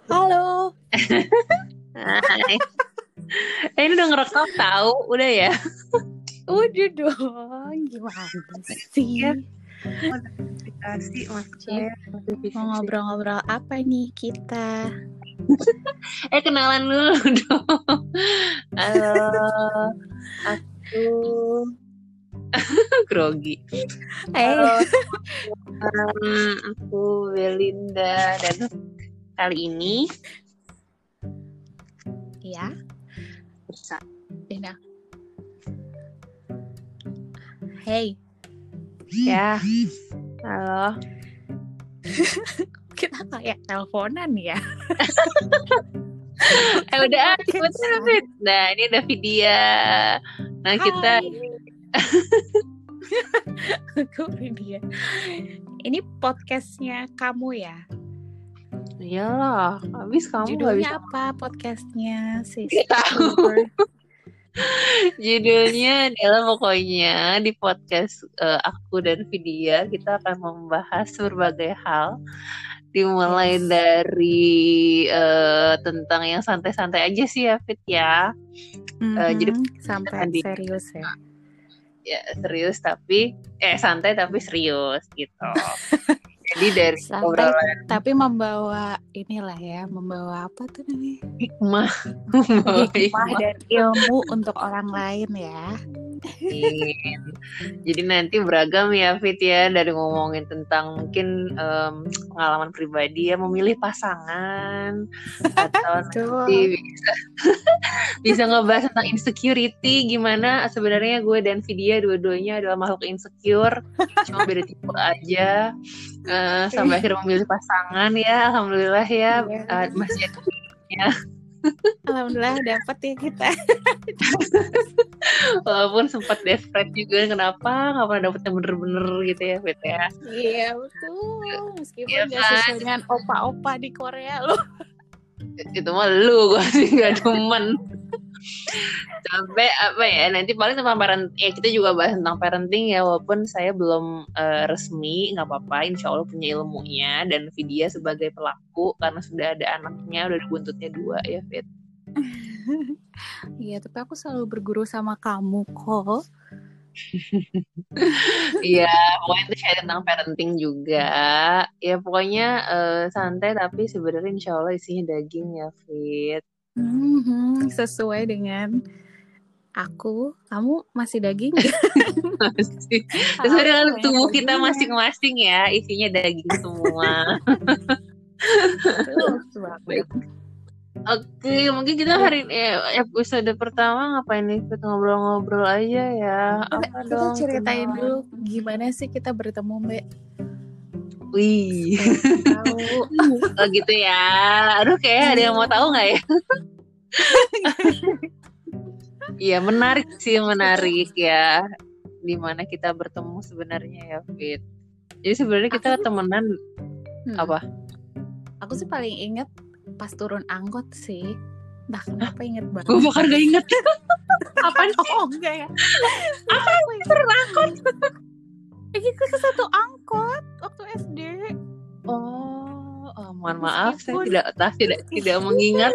Halo. Hai. Ini udah ngerekam tahu, udah ya. Udah dong, gimana sih? Ya, notifikasi maksud saya. Mau ngobrol-ngobrol apa nih kita? Kenalan dulu dong. Halo, aku grogi. Halo, aku Belinda dan kali ini ya bersama. Hey. Ya. Halo. Kita kayak teleponan ya. Udah cepet. Nah, ini ada Vidya. Nah, kita Aku Vidya. Ini podcastnya kamu ya? Iyalah, habis kamu judulnya apa podcastnya? Gak tahu. Judulnya adalah pokoknya di podcast aku dan Vidya kita akan membahas berbagai hal, dimulai dari tentang yang santai-santai aja sih ya Fit ya. Jadi sampai serius ya. Ya serius tapi santai tapi serius gitu. Jadi dari santai tapi membawa inilah ya, membawa apa tuh namanya? Hikmah dan ilmu untuk orang lain ya. Jadi nanti beragam ya Fit ya, dari ngomongin tentang mungkin pengalaman pribadi ya, memilih pasangan atau nanti bisa ngebahas tentang insecurity, gimana sebenarnya gue dan Vidya dua-duanya adalah makhluk insecure, cuma beda tipe aja, sampai akhirnya memilih pasangan ya. Alhamdulillah ya, masih ya. Alhamdulillah dapat ya kita. Walaupun sempat desperate juga, kenapa nggak pernah dapet yang bener-bener gitu ya Fit ya. Iya betul, meskipun nggak sesuai dengan opa-opa di Korea loh. Itu mah lu, gue sih gak demen. Sampai apa ya, nanti paling tentang parenting ya, kita juga bahas tentang parenting ya, walaupun saya belum resmi, nggak apa-apa, insya Allah punya ilmunya, dan Vidya sebagai pelaku karena sudah ada anaknya, udah buntutnya 2 ya Fit. Iya, tapi aku selalu berguru sama kamu kok. Iya, pokoknya itu share tentang parenting juga. Ya pokoknya santai tapi sebenarnya insya Allah isinya daging ya Fit. Sesuai dengan aku, kamu masih daging? Masih. Sesuai dengan tubuh kita masing-masing ya, isinya daging semua. Oke, mungkin kita hari episode pertama ngapain nih? Kita ngobrol-ngobrol aja ya. Kita ceritain dulu gimana sih kita bertemu, Mbak. Wih, oh gitu ya. Aduh, kayak ada yang mau tahu nggak ya? Iya, menarik ya. Dimana kita bertemu sebenarnya ya, Fit. Jadi sebenarnya kita temenan apa? Aku sih paling inget pas turun angkot sih. Nah, kenapa inget banget? Gue bakal gak inget. Apaan sih? Oh enggak ya. Apa yang turun angkot? Kita ke satu angkot waktu SD. Mohon maaf, saya tidak mengingat.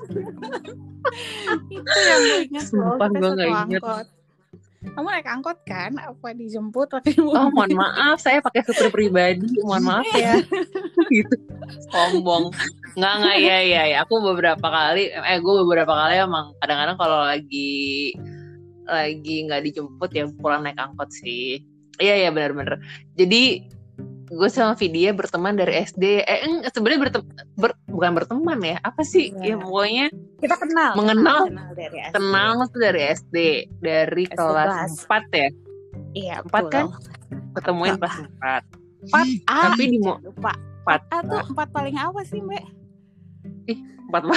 Itu yang gue ingat. Sumpah gue gak inget. Kamu naik angkot kan? Apa dijemput pakai mobil? Mohon maaf, saya pakai supir pribadi. Mohon maaf ya. Gitu. Sombong. Nggak ya. Aku beberapa kali emang kadang-kadang kalau lagi nggak dijemput ya pulang naik angkot sih. Iya benar-benar. Jadi gue sama Vidya berteman dari SD. Sebenarnya bukan berteman ya. Apa sih? Ya pokoknya kita mengenal dari SD, dari kelas 4 ya. Iya, 4 kan? Ketemuin kelas 4. Tapi di lupa. 4 atau 4 paling apa sih, Mbak? 4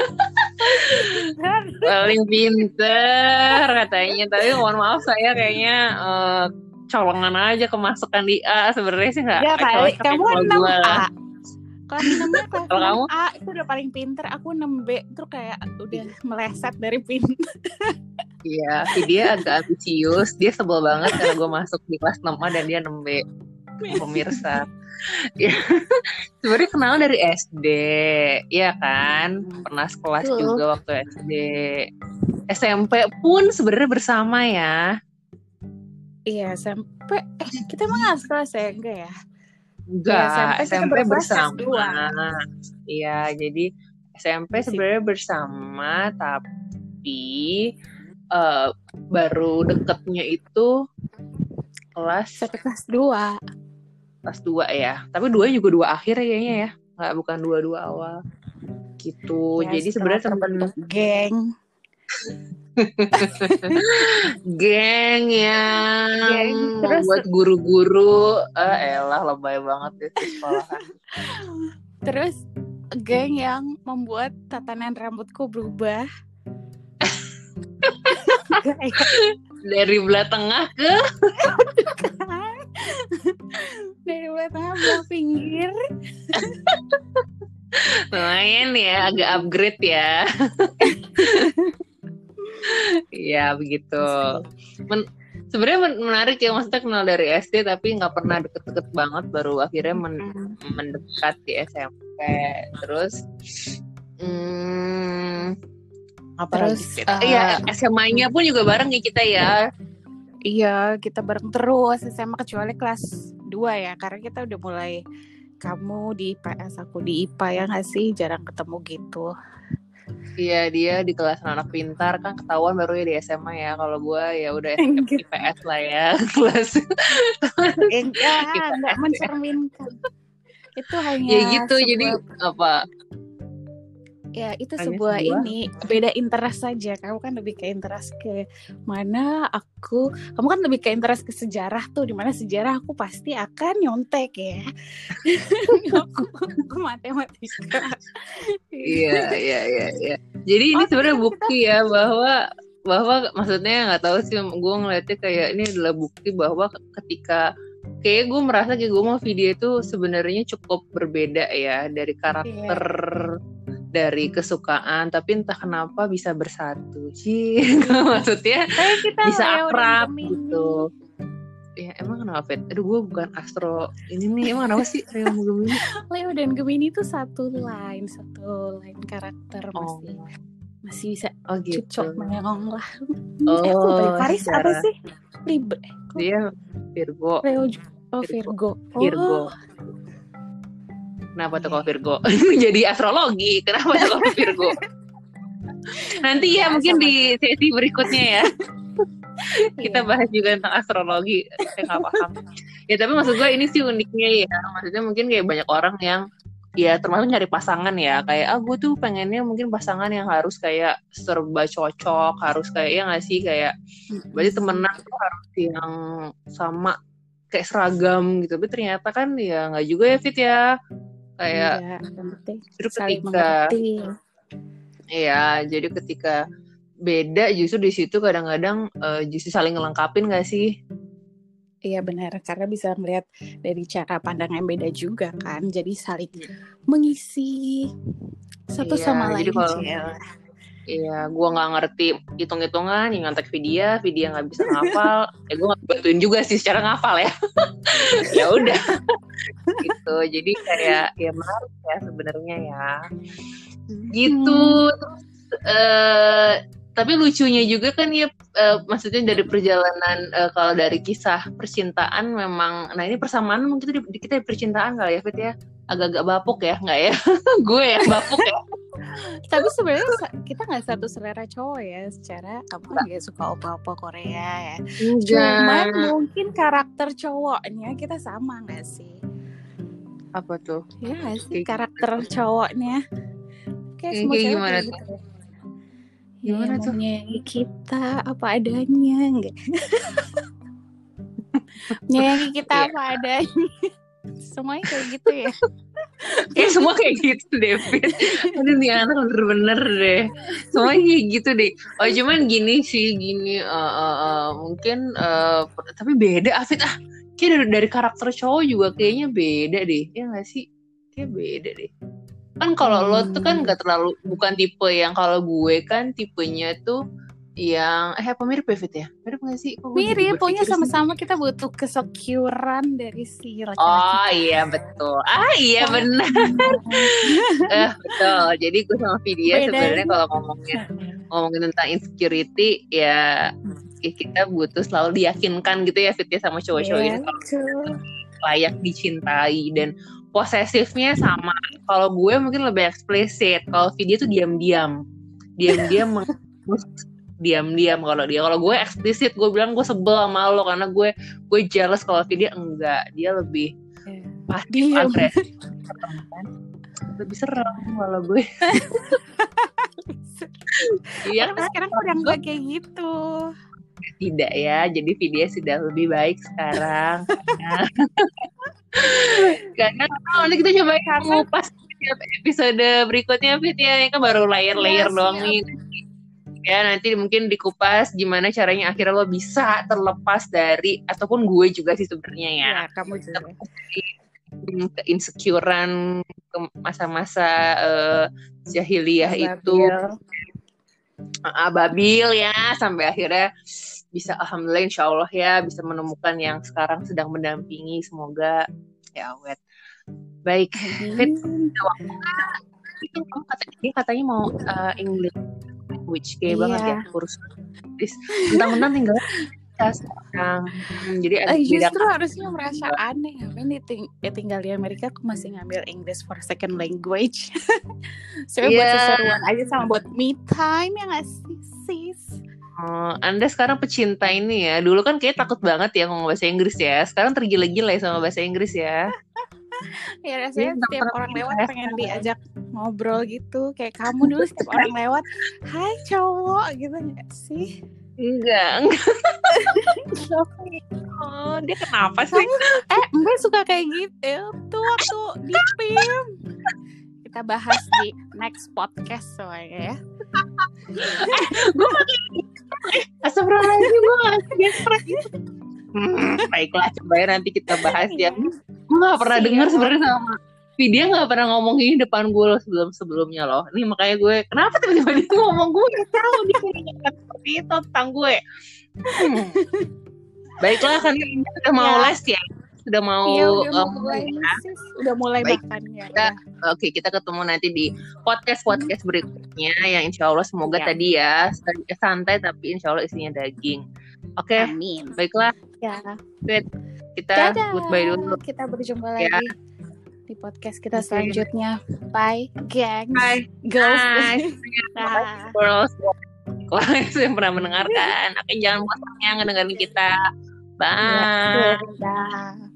paling pinter katanya. Tapi mohon maaf, saya kayaknya colongan aja kemasukan di A. Sebenarnya sih nggak. Ya kali, kamu kan 6A. Kelas 6-nya kelas kalau kamu? A itu udah paling pinter. Aku 6B terus kayak udah meleset dari pinter. Iya, dia agak ambisius. Dia sebel banget karena gue masuk di kelas 6A dan dia 6B. Pemirsa. sebenarnya kenal dari SD, ya kan? Pernah sekelas juga waktu SD. SMP pun sebenarnya bersama ya. Iya, SMP. Kita emang nggak sekelas ya? Enggak ya? Enggak, SMP bersama. S2. Iya, jadi SMP sebenarnya bersama, tapi baru deketnya itu kelas 2. Kelas 2 ya. Tapi 2 juga 2 akhir kayaknya ya. Nggak, bukan 2 awal. Gitu. Ya, jadi sebenarnya terbentuk geng. Geng yang membuat guru-guru elah lebay banget ya di sekolahan. Terus geng yang membuat tatanan rambutku berubah. Dari belah tengah ke dari belah tengah belah pinggir. Lumayan ya, agak upgrade ya. Iya begitu. Sebenarnya menarik ya, maksudnya kenal dari SD tapi nggak pernah deket-deket banget, baru akhirnya mendekat di SMP. Terus apa lagi? Iya, SMA-nya pun juga bareng ya kita ya. Iya, kita bareng terus SMA kecuali kelas 2 ya, karena kita udah mulai, kamu di IPS, aku di IPA ya nggak sih, jarang ketemu gitu. Iya, dia di kelas anak pintar kan ketahuan baru ya di SMA ya. Kalau gue ya udah IPS lah ya kelas. Enggak mencerminkan. Itu hanya ya gitu, jadi apa? Ya itu sebuah ini beda interest saja. Kamu kan lebih ke interest ke mana, kamu kan lebih ke interest ke sejarah tuh, dimana sejarah aku pasti akan nyontek ya. aku matematika. Iya. Jadi ini sebenarnya bukti ya bahwa maksudnya nggak tahu sih, gue ngeliatnya kayak ini adalah bukti bahwa ketika kayak gue merasa kayak gue mau video itu sebenarnya cukup berbeda ya dari karakter. Dari kesukaan, tapi entah kenapa bisa bersatu sih. Maksudnya kita bisa akrab gitu. Ya emang kenapa, Fet? Aduh, gue bukan astro ini nih. Emang kenapa sih Leo sama Gemini? Leo dan Gemini itu satu line karakter, masih bisa cocok menyerong lah. Paris apa sih? Libre. Dia Virgo. Leo Virgo. Kenapa tuh kalau Virgo? Jadi astrologi. Kenapa tuh kalau Virgo? Nanti ya mungkin di sesi berikutnya ya. Kita bahas juga tentang astrologi. Saya nggak paham. Ya tapi maksud gue ini sih uniknya ya. Maksudnya mungkin kayak banyak orang yang ya termasuk nyari pasangan ya. Kayak gue tuh pengennya mungkin pasangan yang harus kayak serba cocok. Harus kayak ya nggak sih, kayak berarti temenan tuh harus yang sama, kayak seragam gitu. Tapi ternyata kan ya nggak juga ya, Fit ya. Kayak jadi ketika beda justru di situ kadang-kadang justru saling ngelengkapin nggak sih? Iya benar, karena bisa melihat dari cara pandang yang beda juga kan, jadi saling mengisi satu sama lain. Iya, gue nggak ngerti hitung-hitungan, yang ngantek Vidya nggak bisa ngapal, gue nggak bantuin juga sih secara ngapal ya. Ya udah, gitu. Jadi kayak ya menarik ya sebenarnya ya. Gitu. Tapi lucunya juga kan ya, maksudnya dari perjalanan kalau dari kisah percintaan memang, nah ini persamaan mungkin kita di percintaan kali ya, Fit ya, agak-agak bapuk ya, nggak ya? Gue yang bapuk ya. Tapi sebenarnya kita nggak satu selera cowok ya, secara kamu kan nggak suka opa-opa Korea ya. Cuman mungkin karakter cowoknya kita sama nggak sih? Apa tuh? Ya sih, karakter cowoknya kayak semua cewek gimana gitu. Tuh? Gimana tuh? Menyayangi kita apa adanya, enggak? Menyayangi kita apa adanya. Semuanya kayak gitu ya. Semua kayak gitu deh, Fit. Aduh nih anak bener-bener deh. Semuanya kayak gitu deh. Oh cuman gini mungkin tapi beda, Fit kayak dari karakter cowok juga kayaknya beda deh. Ya nggak sih? Kayak beda deh. Kan kalau lo tuh kan nggak terlalu, bukan tipe yang, kalau gue kan tipenya tuh yang apa mirip ya Fit ya? Mirip nggak sih? Mirip, pokoknya sama-sama kita butuh kesecurean dari si laki-laki. Oh iya betul. Iya benar. Betul. Jadi gue sama Vidya sebenarnya kalau ngomongin tentang insecurity ya kita butuh selalu diyakinkan gitu ya Fit ya sama cowok-cowok ini kalau layak dicintai, dan posesifnya sama. Kalau gue mungkin lebih eksplisit. Kalau Vidya tuh diam-diam kalau dia. Kalau gue eksplisit, gue bilang gue sebel sama lo karena gue jealous. Kalau dia enggak, dia lebih pasif agresif, lebih serem kalau gue. Iya, tapi sekarang udah enggak kayak gitu. Tidak ya, jadi Vidya sudah lebih baik sekarang. Karena nanti kita coba ngupas episode berikutnya Vidya, ini kan baru layer doang nih. Ya nanti mungkin dikupas gimana caranya akhirnya lo bisa terlepas dari, ataupun gue juga sih sebenarnya ya kamu juga keinsecurean ke masa-masa jahiliyah itu babil ya, sampai akhirnya bisa alhamdulillah insyaallah ya bisa menemukan yang sekarang sedang mendampingi, semoga ya awet. Baik Fit, itu katanya mau English language kayak banget ya, kurus mentang-mentang tinggal sekarang. Jadi justru harusnya merasa aneh ngapain tinggal di Amerika aku masih ngambil English for second language. Sebenarnya buat seseruan aja sama buat me time ya nggak sih sis? Anda sekarang pecinta ini ya. Dulu kan kayak takut banget ya ngomong bahasa Inggris ya. Sekarang tergila-gila ya sama bahasa Inggris ya. Ya rasanya setiap orang lewat pengen diajak ngobrol gitu. Kayak kamu dulu setiap orang lewat, hai cowok gitu gak sih? Enggak. Dia kenapa sih? Mbak suka kayak gitu tuh waktu di PIM. Kita bahas di next podcast soalnya ya. Gue astagfirullahaladzim, gue gak desperate gitu. Baiklah, coba ya nanti kita bahas ya. Gue gak pernah dengar sebenarnya sama Vidya, gak pernah ngomongin depan gue loh sebelumnya loh. Ini makanya gue, kenapa tiba-tiba dia ngomong, gue gak tahu dia ngomong seperti itu tentang gue. Baiklah, kan ini udah mau les ya. Sudah mau udah mulai makan ya. Oke, kita ketemu nanti di podcast berikutnya yang insya Allah semoga tadi ya santai tapi insya Allah isinya daging. Oke, amin. Baiklah. Ya. Kita goodbye dulu. Kita berjumpa lagi di podcast kita selanjutnya. Bye, gengs. Bye, girls. Girls. Kalau yang pernah mendengarkan, jangan bosan ya ngedengerin kita. Bye. Bye.